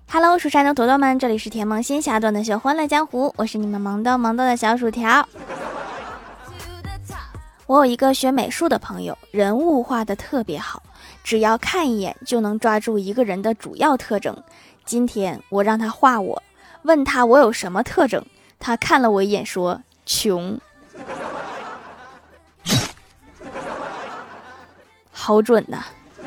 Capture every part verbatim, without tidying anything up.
Hello， 蜀山的朵朵们，这里是甜萌仙侠段的秀欢乐江湖，我是你们萌豆萌豆的小薯条。我有一个学美术的朋友，人物画得特别好，只要看一眼就能抓住一个人的主要特征。今天我让他画我，问他我有什么特征，他看了我一眼说穷。好准呐、啊！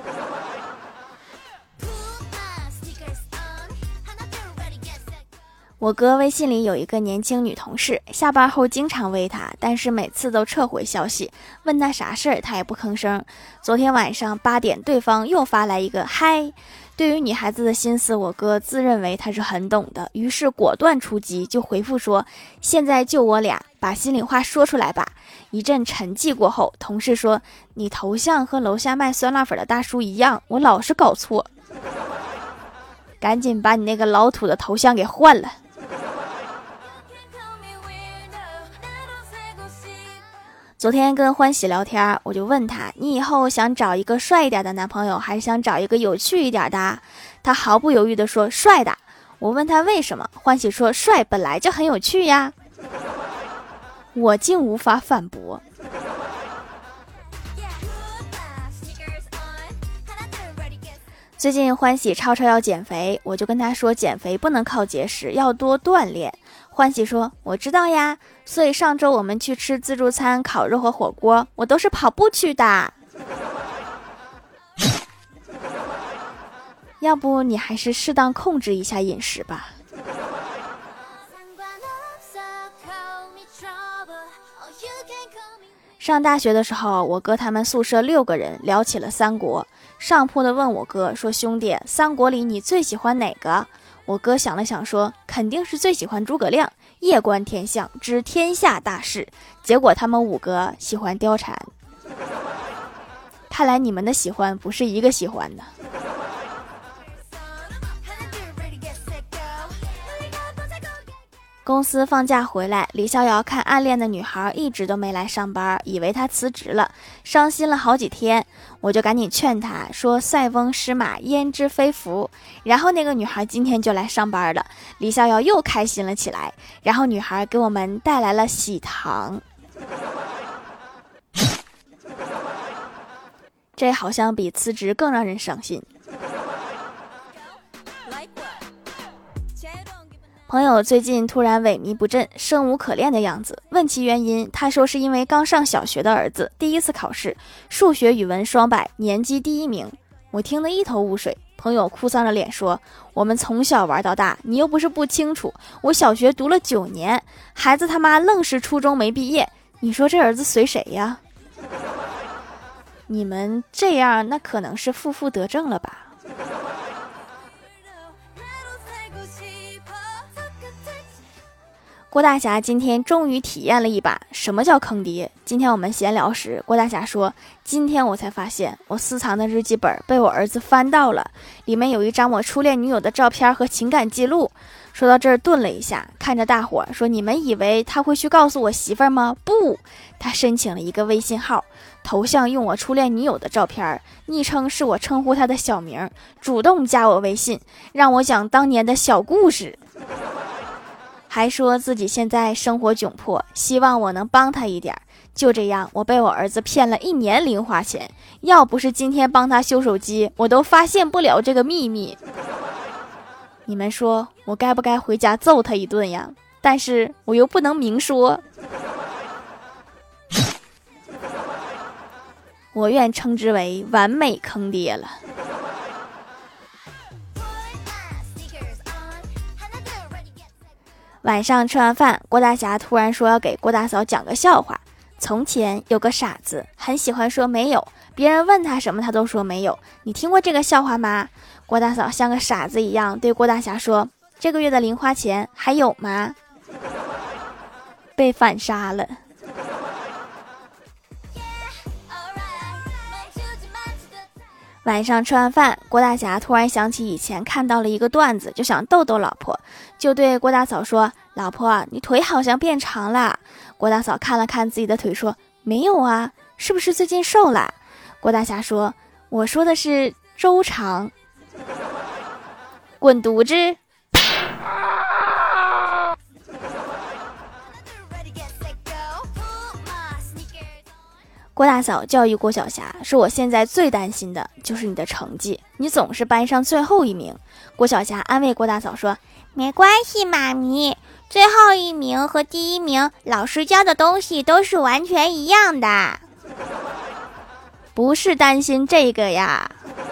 我哥微信里有一个年轻女同事，下班后经常微他，但是每次都撤回消息，问他啥事儿他也不吭声。昨天晚上八点，对方又发来一个嗨。对于女孩子的心思，我哥自认为他是很懂的，于是果断出击，就回复说：现在就我俩，把心里话说出来吧。一阵沉寂过后，同事说：你头像和楼下卖酸辣粉的大叔一样，我老是搞错，赶紧把你那个老土的头像给换了。昨天跟欢喜聊天，我就问他，你以后想找一个帅一点的男朋友，还是想找一个有趣一点的？他毫不犹豫地说帅的。我问他为什么，欢喜说帅本来就很有趣呀。我竟无法反驳。最近欢喜超超要减肥，我就跟他说减肥不能靠节食，要多锻炼。欢喜说我知道呀，所以上周我们去吃自助餐烤肉和火锅，我都是跑步去的。要不你还是适当控制一下饮食吧。上大学的时候，我哥他们宿舍六个人聊起了三国。上铺的问我哥说，兄弟，三国里你最喜欢哪个？我哥想了想说，肯定是最喜欢诸葛亮，夜观天象，知天下大事。结果他们五个喜欢貂蝉。看来你们的喜欢不是一个喜欢的。公司放假回来，李逍遥看暗恋的女孩一直都没来上班，以为她辞职了，伤心了好几天。我就赶紧劝她说，塞翁失马焉知非福。然后那个女孩今天就来上班了，李逍遥又开心了起来。然后女孩给我们带来了喜糖。这好像比辞职更让人伤心。朋友最近突然萎靡不振，生无可恋的样子，问其原因，他说是因为刚上小学的儿子第一次考试，数学语文双百，年级第一名。我听得一头雾水，朋友哭丧着脸说，我们从小玩到大，你又不是不清楚，我小学读了九年，孩子他妈愣是初中没毕业，你说这儿子随谁呀？你们这样那可能是负负得正了吧。郭大侠今天终于体验了一把什么叫坑爹。今天我们闲聊时，郭大侠说，今天我才发现我私藏的日记本被我儿子翻到了，里面有一张我初恋女友的照片和情感记录。说到这儿顿了一下，看着大伙说，你们以为他会去告诉我媳妇儿吗？不，他申请了一个微信号，头像用我初恋女友的照片，昵称是我称呼他的小名，主动加我微信，让我讲当年的小故事，还说自己现在生活窘迫，希望我能帮他一点。就这样，我被我儿子骗了一年零花钱，要不是今天帮他修手机，我都发现不了这个秘密。你们说我该不该回家揍他一顿呀？但是我又不能明说。我愿称之为完美坑爹了。晚上吃完饭，郭大侠突然说要给郭大嫂讲个笑话。从前有个傻子，很喜欢说没有，别人问他什么他都说没有。你听过这个笑话吗？郭大嫂像个傻子一样对郭大侠说，这个月的零花钱还有吗？被反杀了。晚上吃完饭，郭大侠突然想起以前看到了一个段子，就想逗逗老婆，就对郭大嫂说，老婆，你腿好像变长了。郭大嫂看了看自己的腿说，没有啊，是不是最近瘦了？郭大侠说，我说的是周长。 滚犊子！郭大嫂教育郭晓霞说，我现在最担心的就是你的成绩，你总是班上最后一名。郭晓霞安慰郭大嫂说，没关系，妈咪，最后一名和第一名老师教的东西都是完全一样的。不是担心这个呀。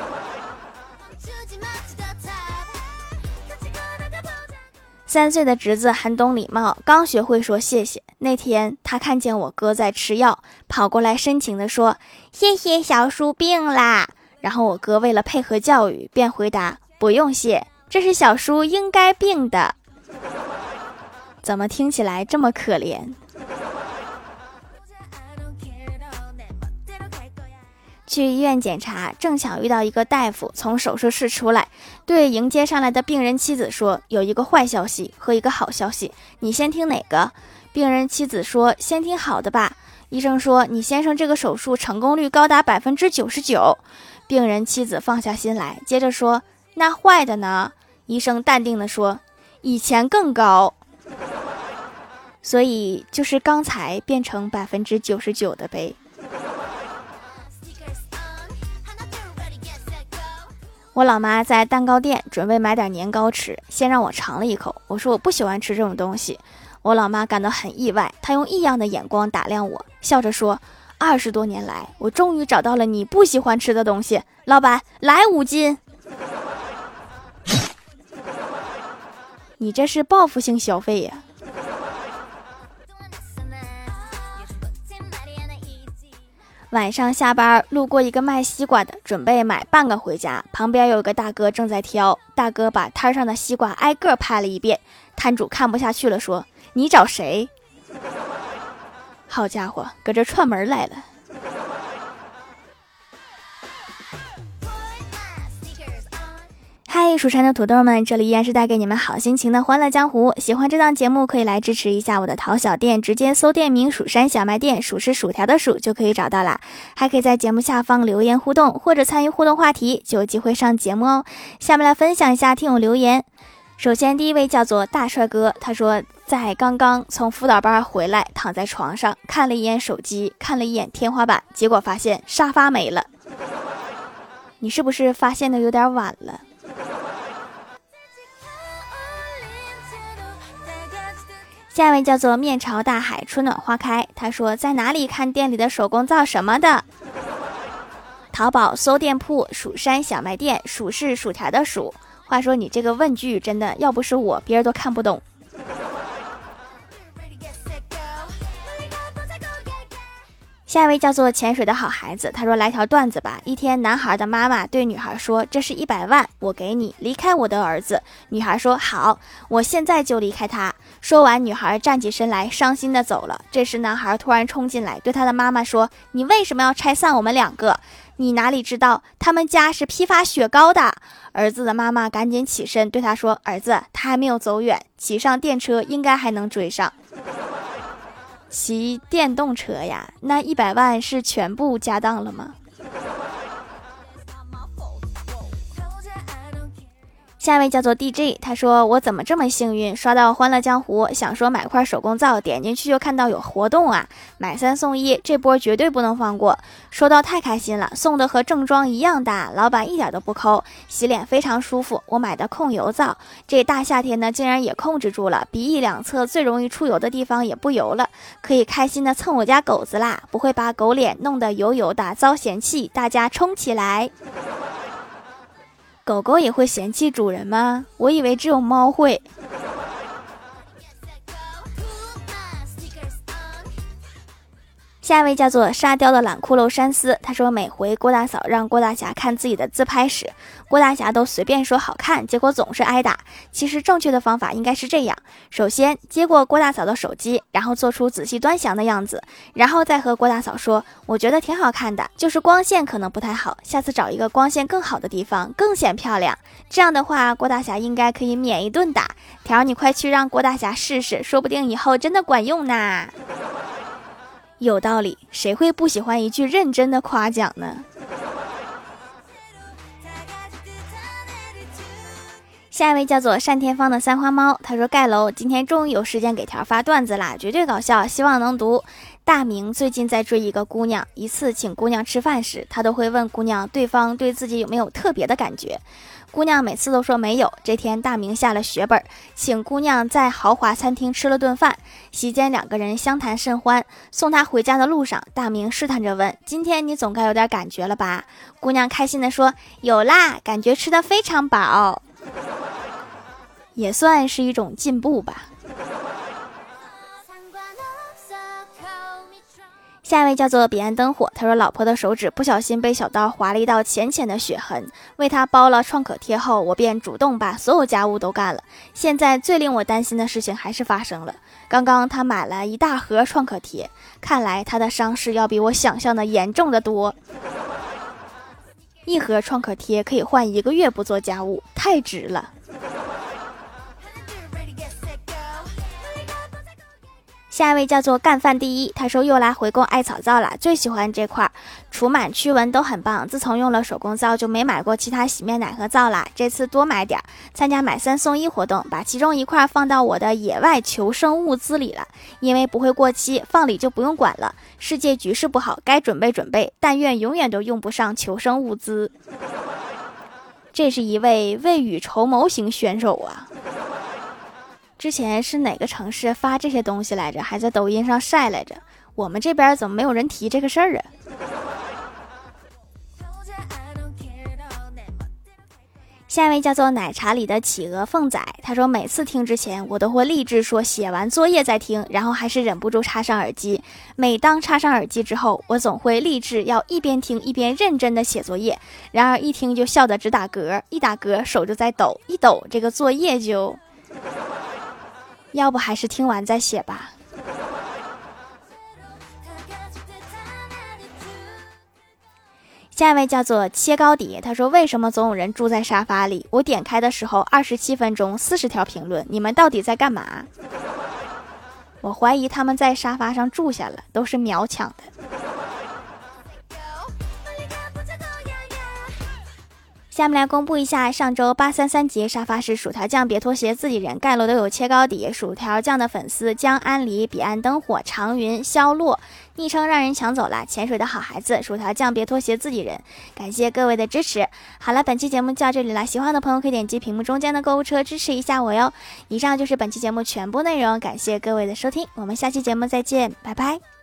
三岁的侄子很懂礼貌，刚学会说谢谢。那天他看见我哥在吃药，跑过来深情地说，谢谢小叔病啦。然后我哥为了配合教育，便回答，不用谢，这是小叔应该病的。怎么听起来这么可怜？去医院检查，正巧遇到一个大夫从手术室出来，对迎接上来的病人妻子说，有一个坏消息和一个好消息，你先听哪个？病人妻子说，先听好的吧。医生说，你先生这个手术成功率高达百分之九十九。病人妻子放下心来，接着说，那坏的呢？医生淡定地说，以前更高。所以就是刚才变成百分之九十九的呗。我老妈在蛋糕店准备买点年糕吃，先让我尝了一口，我说我不喜欢吃这种东西。我老妈感到很意外，她用异样的眼光打量我，笑着说，二十多年来我终于找到了你不喜欢吃的东西，老板来五斤。你这是报复性消费呀。晚上下班路过一个卖西瓜的，准备买半个回家，旁边有个大哥正在挑，大哥把摊上的西瓜挨个拍了一遍，摊主看不下去了，说，你找谁？好家伙，搁这串门来了。嗨，蜀山的土豆们，这里依然是带给你们好心情的欢乐江湖。喜欢这档节目可以来支持一下我的淘小店，直接搜店名蜀山小卖店，蜀是薯条的蜀就可以找到啦。还可以在节目下方留言互动，或者参与互动话题，就有机会上节目哦。下面来分享一下听友留言。首先第一位叫做大帅哥，他说在刚刚从辅导班回来，躺在床上看了一眼手机，看了一眼天花板，结果发现沙发没了。你是不是发现的有点晚了？下一位叫做面朝大海春暖花开，他说在哪里看店里的手工皂什么的。淘宝搜店铺蜀山小卖店，蜀是薯条的蜀。话说你这个问句真的要不是我，别人都看不懂。下一位叫做潜水的好孩子，他说来条段子吧。一天男孩的妈妈对女孩说，这是一百万，我给你，离开我的儿子。女孩说好，我现在就离开他。说完女孩站起身来，伤心的走了。这时男孩突然冲进来对他的妈妈说，你为什么要拆散我们两个？你哪里知道他们家是批发雪糕的。儿子的妈妈赶紧起身对他说，儿子他还没有走远，骑上电车应该还能追上。骑电动车呀，那一百万是全部家当了吗？下一位叫做 D J， 他说我怎么这么幸运，刷到欢乐江湖，想说买块手工皂，点进去就看到有活动啊，买三送一，这波绝对不能放过。收到太开心了，送的和正装一样大，老板一点都不抠，洗脸非常舒服。我买的控油皂，这大夏天呢竟然也控制住了，鼻翼两侧最容易出油的地方也不油了，可以开心的蹭我家狗子啦，不会把狗脸弄得油油的遭嫌弃，大家冲起来。狗狗也会嫌弃主人吗？我以为只有猫会。下一位叫做沙雕的懒骷髅山丝，他说每回郭大嫂让郭大侠看自己的自拍时，郭大侠都随便说好看，结果总是挨打。其实正确的方法应该是这样，首先接过郭大嫂的手机，然后做出仔细端详的样子，然后再和郭大嫂说，我觉得挺好看的，就是光线可能不太好，下次找一个光线更好的地方，更显漂亮。这样的话郭大侠应该可以免一顿打。条你快去让郭大侠试试，说不定以后真的管用呢。有道理，谁会不喜欢一句认真的夸奖呢？ 下一位叫做单天芳的三花猫，他说盖楼今天终于有时间给条发段子啦，绝对搞笑，希望能读。大明最近在追一个姑娘，一次请姑娘吃饭时，他都会问姑娘对方对自己有没有特别的感觉，姑娘每次都说没有。这天大明下了血本，请姑娘在豪华餐厅吃了顿饭，席间两个人相谈甚欢。送她回家的路上，大明试探着问，今天你总该有点感觉了吧？姑娘开心地说，有啦，感觉吃得非常饱，也算是一种进步吧。下一位叫做彼岸灯火，他说老婆的手指不小心被小刀划了一道浅浅的血痕，为他包了创可贴后，我便主动把所有家务都干了。现在最令我担心的事情还是发生了，刚刚他买了一大盒创可贴，看来他的伤势要比我想象的严重的多。一盒创可贴可以换一个月不做家务，太值了。下一位叫做干饭第一，他说又来回购艾草皂了，最喜欢这块，除螨驱蚊都很棒，自从用了手工皂就没买过其他洗面奶和皂啦，这次多买点，参加买三送一活动，把其中一块放到我的野外求生物资里了，因为不会过期，放里就不用管了，世界局势不好，该准备准备，但愿永远都用不上求生物资。这是一位未雨绸缪型选手啊。之前是哪个城市发这些东西来着，还在抖音上晒来着，我们这边怎么没有人提这个事儿啊？下一位叫做奶茶里的企鹅凤仔，他说每次听之前我都会立志说写完作业再听，然后还是忍不住插上耳机，每当插上耳机之后，我总会立志要一边听一边认真的写作业，然而一听就笑得直打嗝，一打嗝手就在抖，一抖这个作业就要不还是听完再写吧。下一位叫做切糕底，他说为什么总有人住在沙发里？我点开的时候二十七分钟四十条评论，你们到底在干嘛？我怀疑他们在沙发上住下了，都是秒抢的。下面来公布一下上周八三三节沙发是薯条酱别拖鞋自己人盖楼都有切糕底薯条酱的粉丝江安离彼岸灯火长云肖落昵称让人抢走了潜水的好孩子薯条酱别拖鞋自己人，感谢各位的支持。好了，本期节目就到这里了，喜欢的朋友可以点击屏幕中间的购物车支持一下我哟。以上就是本期节目全部内容，感谢各位的收听，我们下期节目再见，拜拜。